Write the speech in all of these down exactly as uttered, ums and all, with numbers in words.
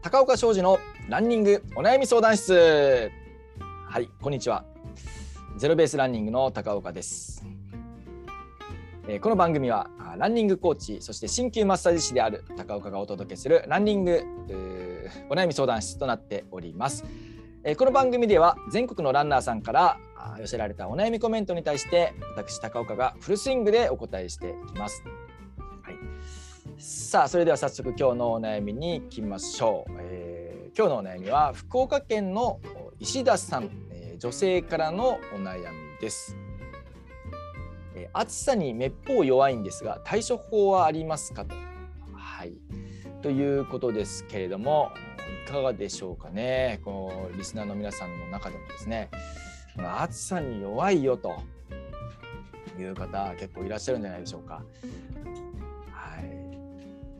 高岡商事のランニングお悩み相談室。はい、こんにちは。ゼロベースランニングの高岡です。えー、この番組はランニングコーチ、そして鍼灸マッサージ師である高岡がお届けするランニングお悩み相談室となっております。えー、この番組では全国のランナーさんから寄せられたお悩みコメントに対して私高岡がフルスイングでお答えしていきます。はい、さあそれでは早速今日のお悩みに行きましょう。えー、今日のお悩みは福岡県の石田さん、えー、女性からのお悩みです。えー、暑さにめっぽう弱いんですが対処法はありますかと、はい、ということですけれども、いかがでしょうかね。このリスナーの皆さんの中でもですね、この暑さに弱いよという方結構いらっしゃるんじゃないでしょうか。はい、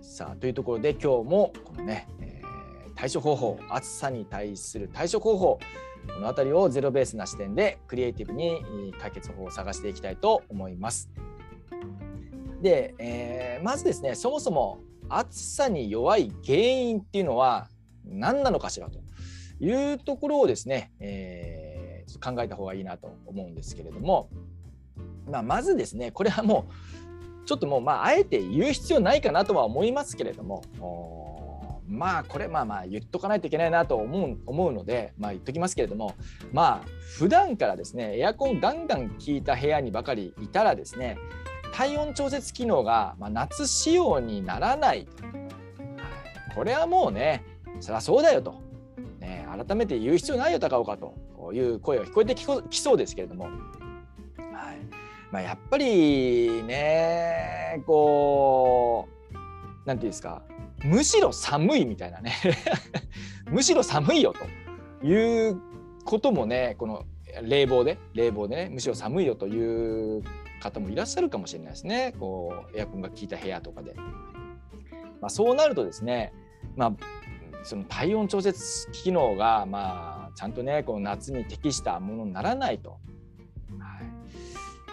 さあというところで今日もこのね、えー、対処方法、暑さに対する対処方法、このあたりをゼロベースな視点でクリエイティブに解決法を探していきたいと思います。で、えー、まずですね、そもそも暑さに弱い原因っていうのは何なのかしらというところをですね、えー考えた方がいいなと思うんですけれども、まあ、まずですね、これはもうちょっともうまああえて言う必要ないかなとは思いますけれども、まあこれまあまあ言っとかないといけないなと思う、思うので、まあ、言っときますけれども、まあ普段からですねエアコンガンガン効いた部屋にばかりいたらですね、体温調節機能がまあ夏仕様にならない、これはもうねそりゃそうだよと、ね、改めて言う必要ないよ高岡という声が聞こえてきそうですけれども、はい、まあ、やっぱりねこうなんていうんですか、むしろ寒いみたいなねむしろ寒いよということもね、この冷房で冷房でねむしろ寒いよという方もいらっしゃるかもしれないですね。こうエアコンが効いた部屋とかで、まあ、そうなるとですね、まあその体温調節機能がまあちゃんとねこの夏に適したものにならないと。はい、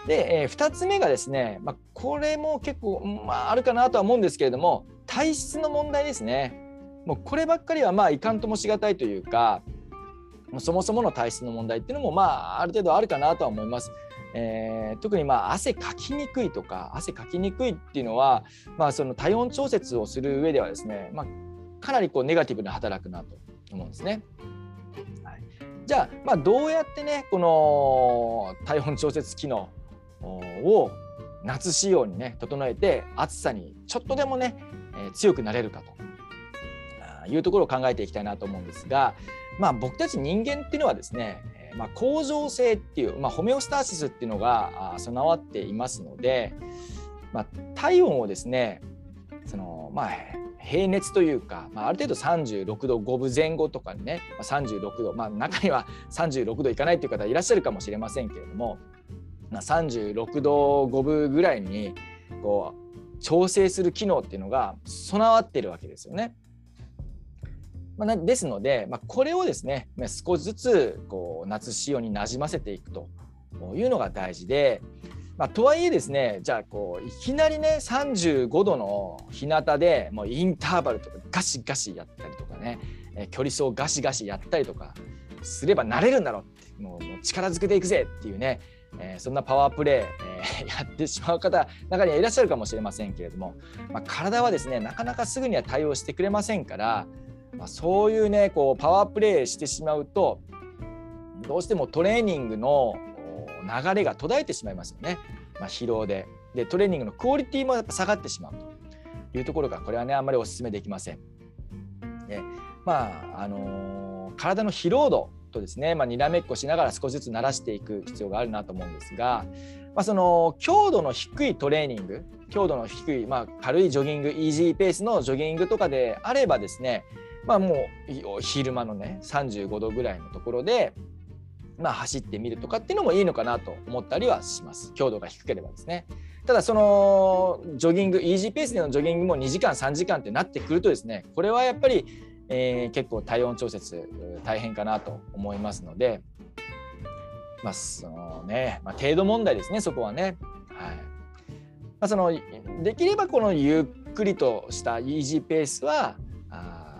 で、えー、ふたつめがですね、まあ、これも結構、まあ、あるかなとは思うんですけれども、体質の問題ですね。もうこればっかりはまあいかんともしがたいというか、もうそもそもの体質の問題っていうのもまあある程度あるかなとは思います。えー、特にまあ汗かきにくいとか汗かきにくいっていうのは、まあ、その体温調節をする上ではですね、まあかなりこうネガティブに働くなと思うんですね。はい、じゃあ、まあ、どうやってねこの体温調節機能を夏仕様にね整えて暑さにちょっとでもね、えー、強くなれるかというところを考えていきたいなと思うんですが、まあ、僕たち人間っていうのはですね、まあ、恒常性っていう、まあ、ホメオスターシスっていうのが備わっていますので、まあ、体温をですねそのまあ平熱というか、まあ、ある程度さんじゅうろくどごぶぜん後とかにね、まあ、さんじゅうろくど、まあ、中にはさんじゅうろくどいかないという方いらっしゃるかもしれませんけれども、まあ、さんじゅうろくどごぶぐらいにこう調整する機能っていうのが備わっているわけですよね。まあ、ですので、まあ、これをですね少しずつこう夏仕様になじませていくというのが大事で、まあ、とはいえですね、じゃあこういきなりねさんじゅうごどの日向でもうインターバルとかガシガシやったりとかね、え距離走ガシガシやったりとかすれば慣れるんだろうって、もう、もう力づけていくぜっていうね、えー、そんなパワープレー、えー、やってしまう方中にはいらっしゃるかもしれませんけれども、まあ、体はですねなかなかすぐには対応してくれませんから、まあ、そういうねこうパワープレーしてしまうとどうしてもトレーニングの流れが途絶えてしまいますよね。まあ、疲労ででトレーニングのクオリティもやっぱ下がってしまうというところが、これはねあんまりお勧めできません。でまああのー、体の疲労度とですね、まあ、にらめっこしながら少しずつ慣らしていく必要があるなと思うんですが、まあ、その強度の低いトレーニング、強度の低い、まあ、軽いジョギング、イージーペースのジョギングとかであればですね、まあ、もう昼間のねさんじゅうごどぐらいのところでまあ、走ってみるとかっていうのもいいのかなと思ったりはします。強度が低ければですね。ただそのジョギング、イージーペースでのジョギングもにじかんさんじかんってなってくるとですね、これはやっぱり、えー、結構体温調節大変かなと思いますので、まあそのね、まあ、程度問題ですね、そこはね。はい。まあ、そのできればこのゆっくりとしたイージーペースはあ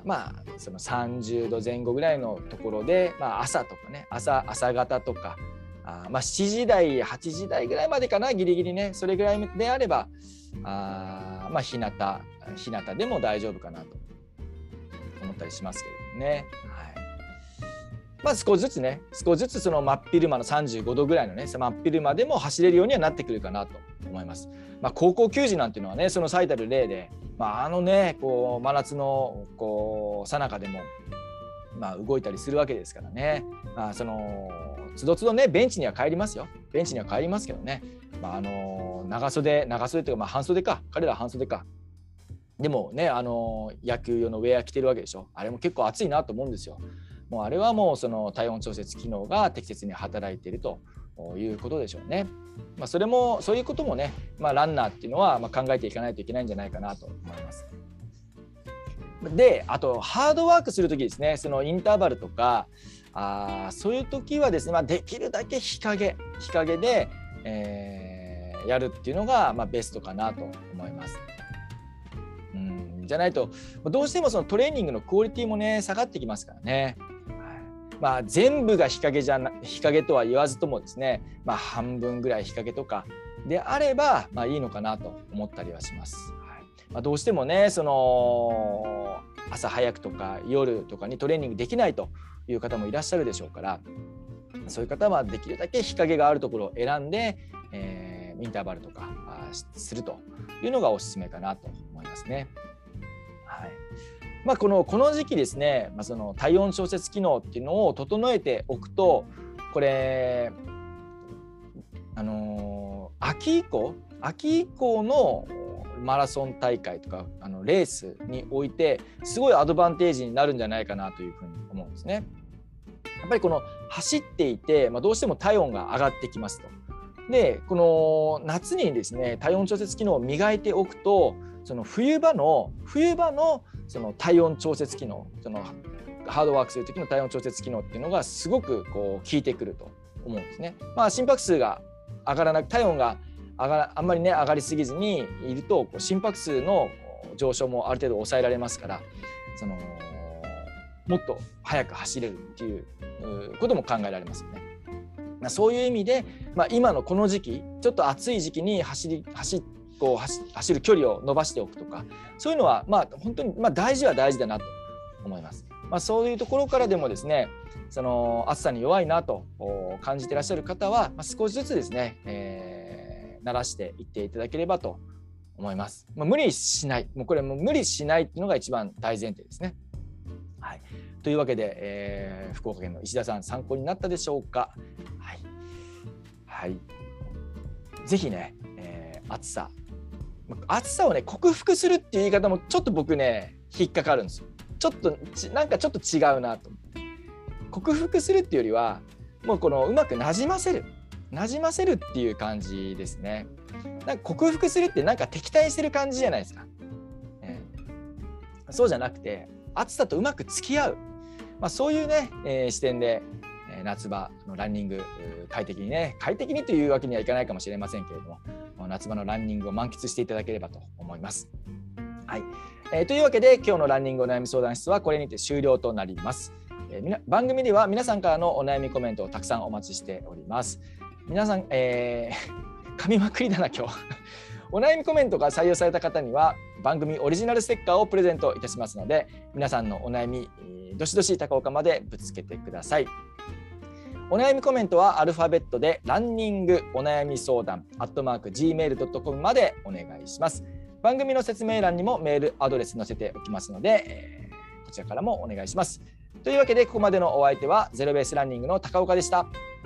まあそのさんじゅうどぜん後ぐらいのところで、まあ、朝とかね、朝朝方とか、あまあしちじ台はちじ台ぐらいまでかな、ギリギリね、それぐらいであれば、あまあ日向日向でも大丈夫かなと思ったりしますけれどもね。はい、まあ少しずつね、少しずつその真っ昼間のさんじゅうごどぐらいのね、真っ昼間でも走れるようにはなってくるかなと思います。まあ、高校球児なんていうのはね、その最たる例で、まあ、あのね、こう真夏のこう最中でも、まあ、動いたりするわけですからね。まあ、そのつどつどね、ベンチには帰りますよ。ベンチには帰りますけどね。まあ、あの長袖長袖というか、まあ、半袖か、彼らは半袖か。でもね、あの野球用のウェア着てるわけでしょ。あれも結構暑いなと思うんですよ。もうあれはもうその体温調節機能が適切に働いているということでしょうね。まあ、それもそういうこともね、まあ、ランナーっていうのはまあ考えていかないといけないんじゃないかなと思います。で、あとハードワークするときですね、そのインターバルとか、あそういう時はですね、まあ、できるだけ日陰日陰で、えー、やるっていうのがまあベストかなと思います。うんじゃないとどうしてもそのトレーニングのクオリティもね下がってきますからね。まあ、全部が日陰じゃな日陰とは言わずともですね、まあ、半分ぐらい日陰とかであればまあいいのかなと思ったりはします。はいまあ、どうしてもね、その朝早くとか夜とかにトレーニングできないという方もいらっしゃるでしょうから、そういう方はできるだけ日陰があるところを選んで、えー、インターバルとかするというのがおすすめかなと思いますね。はいまあ、このこの時期ですね、まあ、その体温調節機能っていうのを整えておくと、これあのー、秋以降秋以降のマラソン大会とかあのレースにおいてすごいアドバンテージになるんじゃないかなというふうに思うんですね。やっぱりこの走っていて、まあ、どうしても体温が上がってきますと。でこの夏にですね体温調節機能を磨いておくと、その冬場の冬場のその体温調節機能、そのハードワークする時の体温調節機能っていうのがすごくこう効いてくると思うんですね。まあ、心拍数が上がらなく、体温が上がらあんまりね上がりすぎずにいると、こう心拍数の上昇もある程度抑えられますから、そのもっと速く走れるっていうことも考えられますよね。そういう意味で、まあ、今のこの時期ちょっと暑い時期に走り走こう 走, 走る距離を伸ばしておくとか、そういうのはまあ本当にまあ大事は大事だなと思います。まあ、そういうところからでもですね、その暑さに弱いなと感じていらっしゃる方は、まあ、少しずつですね、えー、慣らしていっていただければと思います。まあ、無理しない、もうこれもう無理しないっていうのが一番大前提ですね。はい、というわけで、えー、福岡県の石田さん、参考になったでしょうか。はい、はい、ぜひね、えー、暑さ暑さをね克服するっていう言い方もちょっと僕ね引っかかるんですよ。ちょっとなんかちょっと違うなと。克服するっていうよりはもうこのうまくなじませるなじませるっていう感じですね。なんか克服するってなんか敵対してる感じじゃないですか。えー、そうじゃなくて暑さとうまく付き合う、まあ、そういうね、えー、視点で夏場のランニング快適にね快適にというわけにはいかないかもしれませんけれども、夏場のランニングを満喫していただければと思います。はい、えー、というわけで今日のランニングお悩み相談室はこれにて終了となります。えー、番組では皆さんからのお悩みコメントをたくさんお待ちしております。皆さん、えー、噛みまくりだな今日お悩みコメントが採用された方には番組オリジナルステッカーをプレゼントいたしますので、皆さんのお悩みどしどし高岡までぶつけてください。お悩みコメントはアルファベットでランニングお悩み相談アットマーク ジーメールドットコム までお願いします。番組の説明欄にもメールアドレス載せておきますので、えー、こちらからもお願いします。というわけでここまでのお相手はゼロベースランニングの高岡でした。